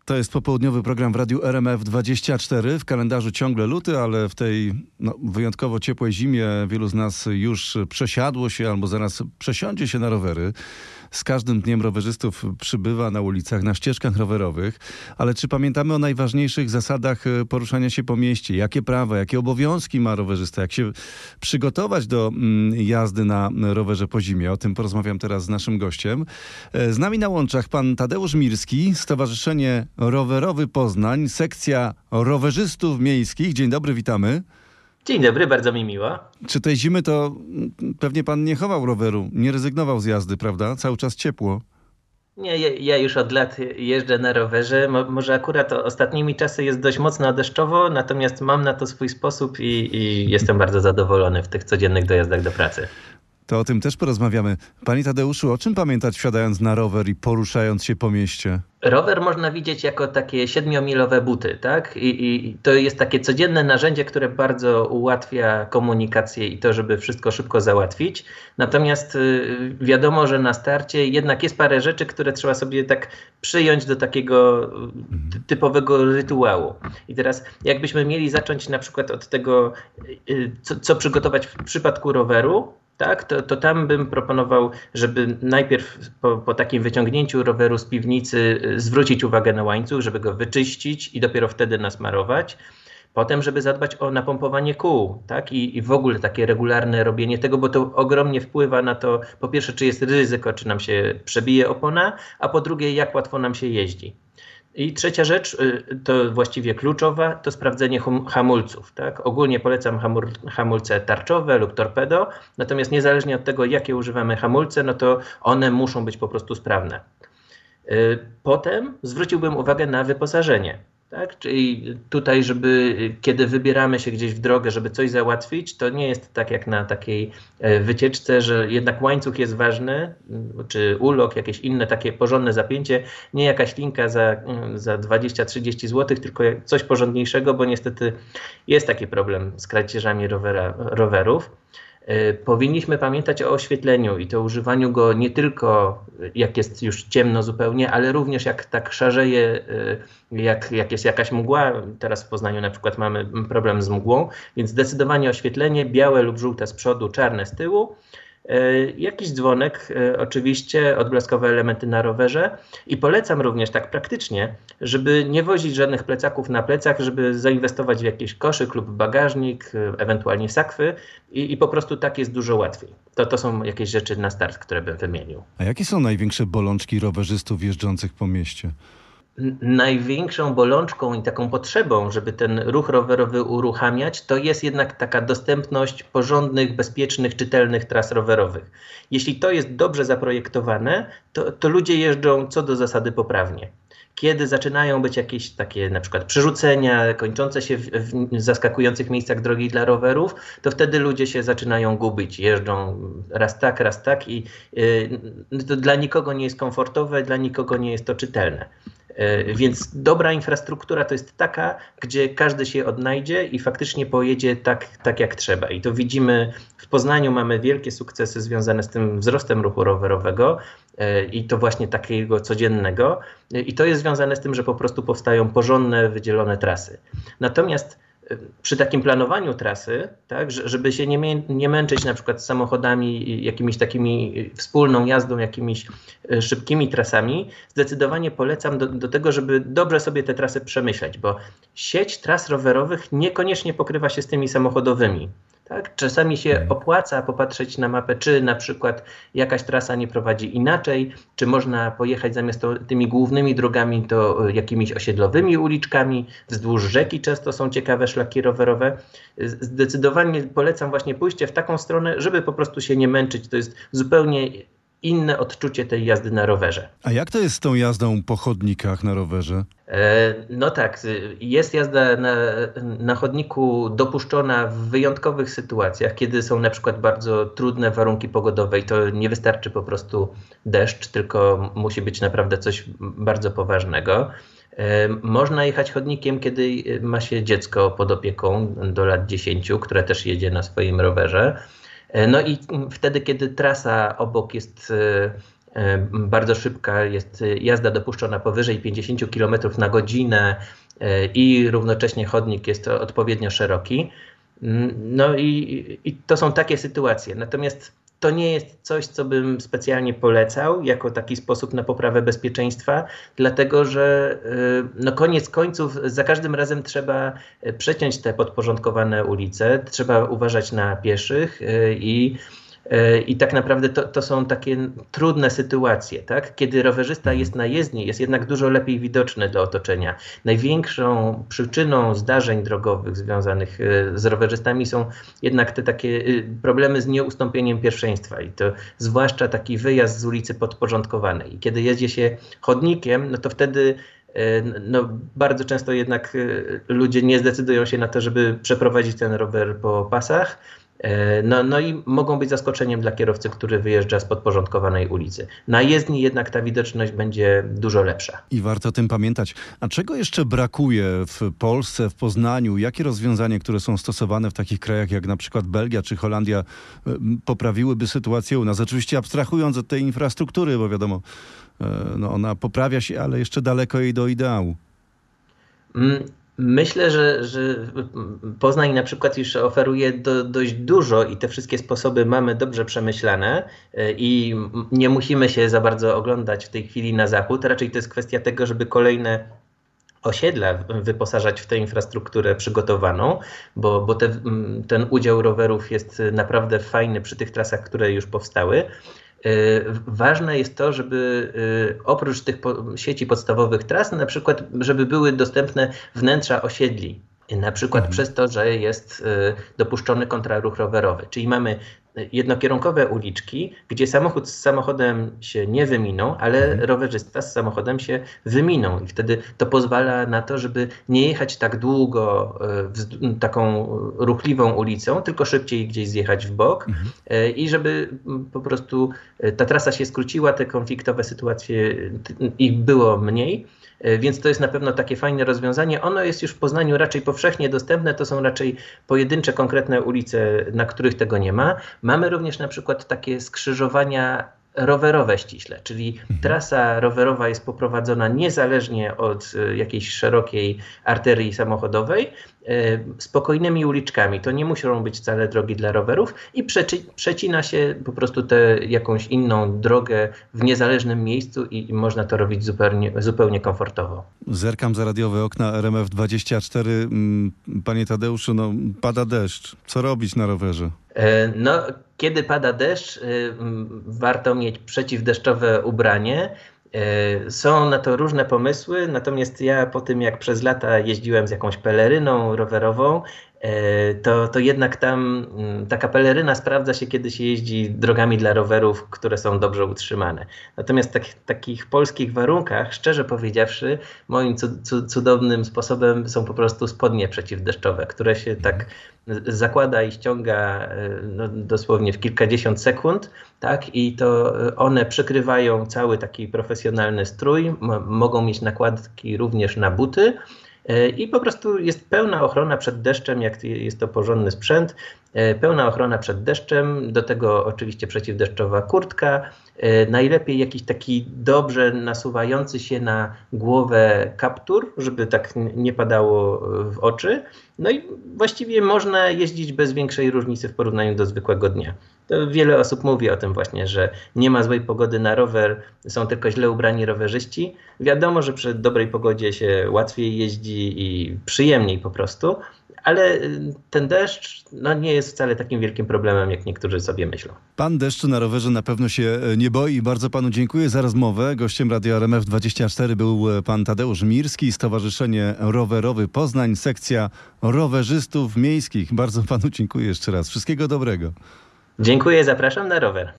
To jest popołudniowy program w Radiu RMF24. W kalendarzu ciągle luty, ale w tej wyjątkowo ciepłej zimie wielu z nas już przesiadło się albo zaraz przesiądzie się na rowery. Z każdym dniem rowerzystów przybywa na ulicach, na ścieżkach rowerowych. Ale czy pamiętamy o najważniejszych zasadach poruszania się po mieście? Jakie prawa, jakie obowiązki ma rowerzysta? Jak się przygotować do jazdy na rowerze po zimie? O tym porozmawiam teraz z naszym gościem. Z nami na łączach pan Tadeusz Mirski, Stowarzyszenie Rowerowy Poznań, sekcja rowerzystów miejskich. Dzień dobry, witamy. Dzień dobry, bardzo mi miło. Czy tej zimy to pewnie pan nie chował roweru, nie rezygnował z jazdy, prawda? Cały czas ciepło. Nie, ja już od lat jeżdżę na rowerze. Może akurat ostatnimi czasy jest dość mocno deszczowo, natomiast mam na to swój sposób i jestem bardzo zadowolony w tych codziennych dojazdach do pracy. To o tym też porozmawiamy. Panie Tadeuszu, o czym pamiętać wsiadając na rower i poruszając się po mieście? Rower można widzieć jako takie 7-milowe buty, tak? I to jest takie codzienne narzędzie, które bardzo ułatwia komunikację i to, żeby wszystko szybko załatwić. Natomiast wiadomo, że na starcie jednak jest parę rzeczy, które trzeba sobie tak przyjąć do takiego typowego rytuału. I teraz jakbyśmy mieli zacząć na przykład od tego, co przygotować w przypadku roweru, tak, to tam bym proponował, żeby najpierw po takim wyciągnięciu roweru z piwnicy zwrócić uwagę na łańcuch, żeby go wyczyścić i dopiero wtedy nasmarować. Potem, żeby zadbać o napompowanie kół, tak, i w ogóle takie regularne robienie tego, bo to ogromnie wpływa na to, po pierwsze, czy jest ryzyko, czy nam się przebije opona, a po drugie, jak łatwo nam się jeździ. I trzecia rzecz, to właściwie kluczowa, to sprawdzenie hamulców. Tak? Ogólnie polecam hamulce tarczowe lub torpedo, natomiast niezależnie od tego, jakie używamy hamulce, no to one muszą być po prostu sprawne. Potem zwróciłbym uwagę na wyposażenie. Tak? Czyli tutaj, żeby kiedy wybieramy się gdzieś w drogę, żeby coś załatwić, to nie jest tak jak na takiej wycieczce, że jednak łańcuch jest ważny, czy ulok, jakieś inne takie porządne zapięcie, nie jakaś linka za 20-30 zł, tylko coś porządniejszego, bo niestety jest taki problem z kradzieżami rowerów. Powinniśmy pamiętać o oświetleniu i to używaniu go nie tylko jak jest już ciemno zupełnie, ale również jak tak szarzeje, jak jest jakaś mgła. Teraz w Poznaniu na przykład mamy problem z mgłą, więc zdecydowanie oświetlenie białe lub żółte z przodu, czarne z tyłu. Jakiś dzwonek, oczywiście, odblaskowe elementy na rowerze i polecam również tak praktycznie, żeby nie wozić żadnych plecaków na plecach, żeby zainwestować w jakiś koszyk lub bagażnik, ewentualnie sakwy i po prostu tak jest dużo łatwiej. To są jakieś rzeczy na start, które bym wymienił. A jakie są największe bolączki rowerzystów jeżdżących po mieście? Największą bolączką i taką potrzebą, żeby ten ruch rowerowy uruchamiać, to jest jednak taka dostępność porządnych, bezpiecznych, czytelnych tras rowerowych. Jeśli to jest dobrze zaprojektowane, to ludzie jeżdżą co do zasady poprawnie. Kiedy zaczynają być jakieś takie na przykład przerzucenia kończące się w zaskakujących miejscach drogi dla rowerów, to wtedy ludzie się zaczynają gubić. Jeżdżą raz tak i to dla nikogo nie jest komfortowe, dla nikogo nie jest to czytelne. Więc dobra infrastruktura to jest taka, gdzie każdy się odnajdzie i faktycznie pojedzie tak jak trzeba. I to widzimy, w Poznaniu mamy wielkie sukcesy związane z tym wzrostem ruchu rowerowego i to właśnie takiego codziennego. I to jest związane z tym, że po prostu powstają porządne, wydzielone trasy. Natomiast przy takim planowaniu trasy, tak, żeby się nie męczyć na przykład z samochodami, jakimiś takimi wspólną jazdą, jakimiś szybkimi trasami, zdecydowanie polecam do tego, żeby dobrze sobie te trasy przemyśleć, bo sieć tras rowerowych niekoniecznie pokrywa się z tymi samochodowymi. Tak? Czasami się opłaca popatrzeć na mapę, czy na przykład jakaś trasa nie prowadzi inaczej, czy można pojechać zamiast tymi głównymi drogami to jakimiś osiedlowymi uliczkami, wzdłuż rzeki często są ciekawe szlaki rowerowe. Zdecydowanie polecam właśnie pójście w taką stronę, żeby po prostu się nie męczyć. To jest zupełnie inne odczucie tej jazdy na rowerze. A jak to jest z tą jazdą po chodnikach na rowerze? No tak, jest jazda na chodniku dopuszczona w wyjątkowych sytuacjach, kiedy są na przykład bardzo trudne warunki pogodowe i to nie wystarczy po prostu deszcz, tylko musi być naprawdę coś bardzo poważnego. Można jechać chodnikiem, kiedy ma się dziecko pod opieką do lat 10, które też jedzie na swoim rowerze. No i wtedy, kiedy trasa obok jest Bardzo szybka jest jazda dopuszczona powyżej 50 km na godzinę i równocześnie chodnik jest odpowiednio szeroki. No i to są takie sytuacje. Natomiast to nie jest coś, co bym specjalnie polecał jako taki sposób na poprawę bezpieczeństwa, dlatego że no koniec końców za każdym razem trzeba przeciąć te podporządkowane ulice, trzeba uważać na pieszych i tak naprawdę to są takie trudne sytuacje, tak? Kiedy rowerzysta jest na jezdni, jest jednak dużo lepiej widoczny dla otoczenia. Największą przyczyną zdarzeń drogowych związanych z rowerzystami są jednak te takie problemy z nieustąpieniem pierwszeństwa i to zwłaszcza taki wyjazd z ulicy podporządkowanej. I kiedy jedzie się chodnikiem, no to wtedy bardzo często jednak ludzie nie zdecydują się na to, żeby przeprowadzić ten rower po pasach. No i mogą być zaskoczeniem dla kierowcy, który wyjeżdża z podporządkowanej ulicy. Na jezdni jednak ta widoczność będzie dużo lepsza. I warto o tym pamiętać. A czego jeszcze brakuje w Polsce, w Poznaniu? Jakie rozwiązania, które są stosowane w takich krajach jak na przykład Belgia czy Holandia, poprawiłyby sytuację u nas? Oczywiście abstrahując od tej infrastruktury, bo wiadomo, ona poprawia się, ale jeszcze daleko jej do ideału. Myślę, że Poznań na przykład już oferuje dość dużo i te wszystkie sposoby mamy dobrze przemyślane i nie musimy się za bardzo oglądać w tej chwili na zachód. Raczej to jest kwestia tego, żeby kolejne osiedla wyposażać w tę infrastrukturę przygotowaną, bo ten udział rowerów jest naprawdę fajny przy tych trasach, które już powstały. Ważne jest to, żeby oprócz tych sieci podstawowych tras, na przykład, żeby były dostępne wnętrza osiedli. Na przykład przez to, że jest dopuszczony kontraruch rowerowy. Czyli mamy jednokierunkowe uliczki, gdzie samochód z samochodem się nie wyminą, ale rowerzysta z samochodem się wyminą. I wtedy to pozwala na to, żeby nie jechać tak długo taką ruchliwą ulicą, tylko szybciej gdzieś zjechać w bok i żeby po prostu ta trasa się skróciła, te konfliktowe sytuacje ich było mniej. Więc to jest na pewno takie fajne rozwiązanie. Ono jest już w Poznaniu raczej powszechnie dostępne. To są raczej pojedyncze, konkretne ulice, na których tego nie ma. Mamy również na przykład takie skrzyżowania rowerowe ściśle, czyli trasa rowerowa jest poprowadzona niezależnie od jakiejś szerokiej arterii samochodowej, spokojnymi uliczkami. To nie muszą być wcale drogi dla rowerów i przecina się po prostu tę jakąś inną drogę w niezależnym miejscu i można to robić zupełnie komfortowo. Zerkam za radiowe okna RMF24. Panie Tadeuszu, pada deszcz. Co robić na rowerze? Kiedy pada deszcz, warto mieć przeciwdeszczowe ubranie. Są na to różne pomysły, natomiast ja po tym, jak przez lata jeździłem z jakąś peleryną rowerową, to jednak tam taka peleryna sprawdza się, kiedy się jeździ drogami dla rowerów, które są dobrze utrzymane. Natomiast w takich polskich warunkach, szczerze powiedziawszy, moim cudownym sposobem są po prostu spodnie przeciwdeszczowe, które się tak zakłada i ściąga dosłownie w kilkadziesiąt sekund, tak? I to one przykrywają cały taki profesjonalny strój, mogą mieć nakładki również na buty. I po prostu jest pełna ochrona przed deszczem, jak jest to porządny sprzęt, pełna ochrona przed deszczem, do tego oczywiście przeciwdeszczowa kurtka, najlepiej jakiś taki dobrze nasuwający się na głowę kaptur, żeby tak nie padało w oczy. No i właściwie można jeździć bez większej różnicy w porównaniu do zwykłego dnia. To wiele osób mówi o tym właśnie, że nie ma złej pogody na rower, są tylko źle ubrani rowerzyści. Wiadomo, że przy dobrej pogodzie się łatwiej jeździ i przyjemniej po prostu, ale ten deszcz nie jest wcale takim wielkim problemem, jak niektórzy sobie myślą. Pan deszczu na rowerze na pewno się nie boi. Bardzo panu dziękuję za rozmowę. Gościem Radia RMF24 był pan Tadeusz Mirski, Stowarzyszenie Rowerowy Poznań, sekcja rowerzystów miejskich. Bardzo panu dziękuję jeszcze raz. Wszystkiego dobrego. Dziękuję, zapraszam na rower.